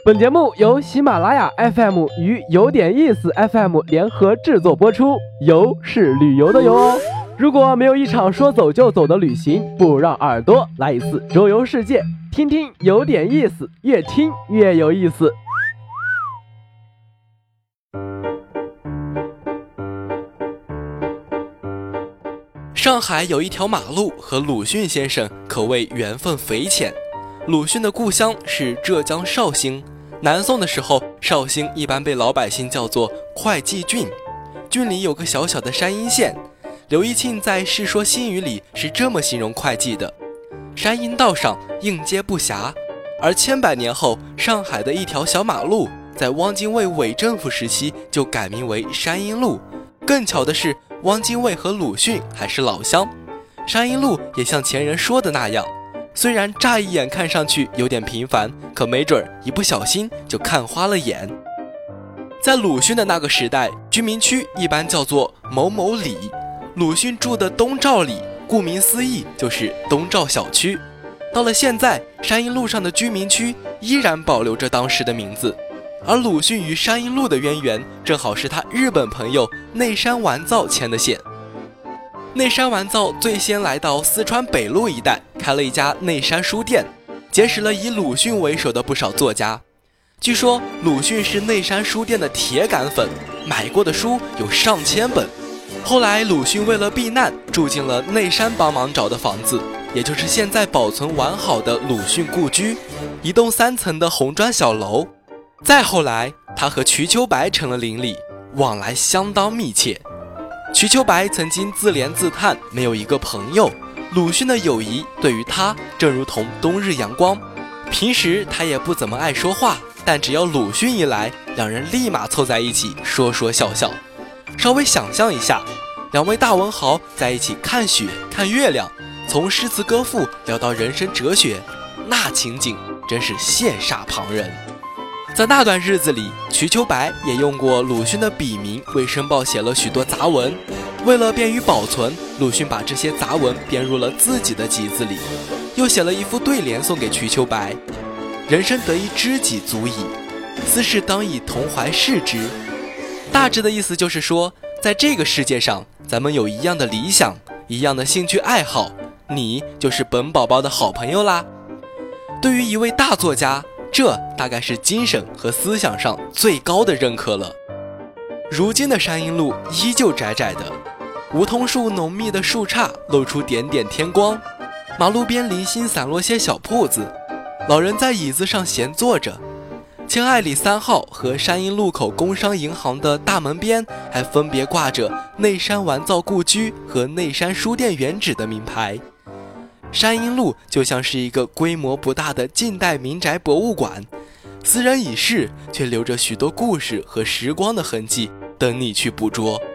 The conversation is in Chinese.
本节目由喜马拉雅 FM 与有点意思 FM 联合制作播出，游是旅游的游哦。如果没有一场说走就走的旅行，不如让耳朵来一次周游世界，听听有点意思，越听越有意思。 上海有一条马路和鲁迅先生可谓缘分匪浅。鲁迅的故乡是浙江绍兴，南宋的时候，绍兴一般被老百姓叫做会稽郡，郡里有个小小的山阴县。刘义庆在《世说新语》里是这么形容会稽的：山阴道上应接不暇。而千百年后，上海的一条小马路在汪精卫伪政府时期就改名为山阴路。更巧的是，汪精卫和鲁迅还是老乡，山阴路也像前人说的那样，虽然乍一眼看上去有点平凡，可没准一不小心就看花了眼。在鲁迅的那个时代，居民区一般叫做某某里，鲁迅住的东照里，顾名思义就是东照小区。到了现在，山阴路上的居民区依然保留着当时的名字，而鲁迅与山阴路的渊源正好是他日本朋友内山完造牵的线。内山完造最先来到四川北路一带，开了一家内山书店，结识了以鲁迅为首的不少作家。据说鲁迅是内山书店的铁杆粉，买过的书有上千本。后来鲁迅为了避难，住进了内山帮忙找的房子，也就是现在保存完好的鲁迅故居，一栋3层的红砖小楼。再后来，他和瞿秋白成了邻里，往来相当密切。瞿秋白曾经自怜自叹，没有一个朋友。鲁迅的友谊对于他正如同冬日阳光，平时他也不怎么爱说话，但只要鲁迅一来，两人立马凑在一起说说笑笑。稍微想象一下，两位大文豪在一起看雪看月亮，从诗词歌赋聊到人生哲学，那情景真是羡煞旁人。在那段日子里，瞿秋白也用过鲁迅的笔名为《申报》写了许多杂文。为了便于保存，鲁迅把这些杂文编入了自己的集子里，又写了一副对联送给瞿秋白：人生得一知己足矣，斯事当以同怀视之。大致的意思就是说，在这个世界上，咱们有一样的理想，一样的兴趣爱好，你就是本宝宝的好朋友啦。对于一位大作家，这大概是精神和思想上最高的认可了。如今的山阴路依旧窄窄的，梧桐树浓密的树杈露出点点天光，马路边零星散落些小铺子，老人在椅子上闲坐着。千爱里3号和山阴路口工商银行的大门边还分别挂着内山完造故居和内山书店原址的名牌。山阴路就像是一个规模不大的近代民宅博物馆，私人已逝，却留着许多故事和时光的痕迹，等你去捕捉。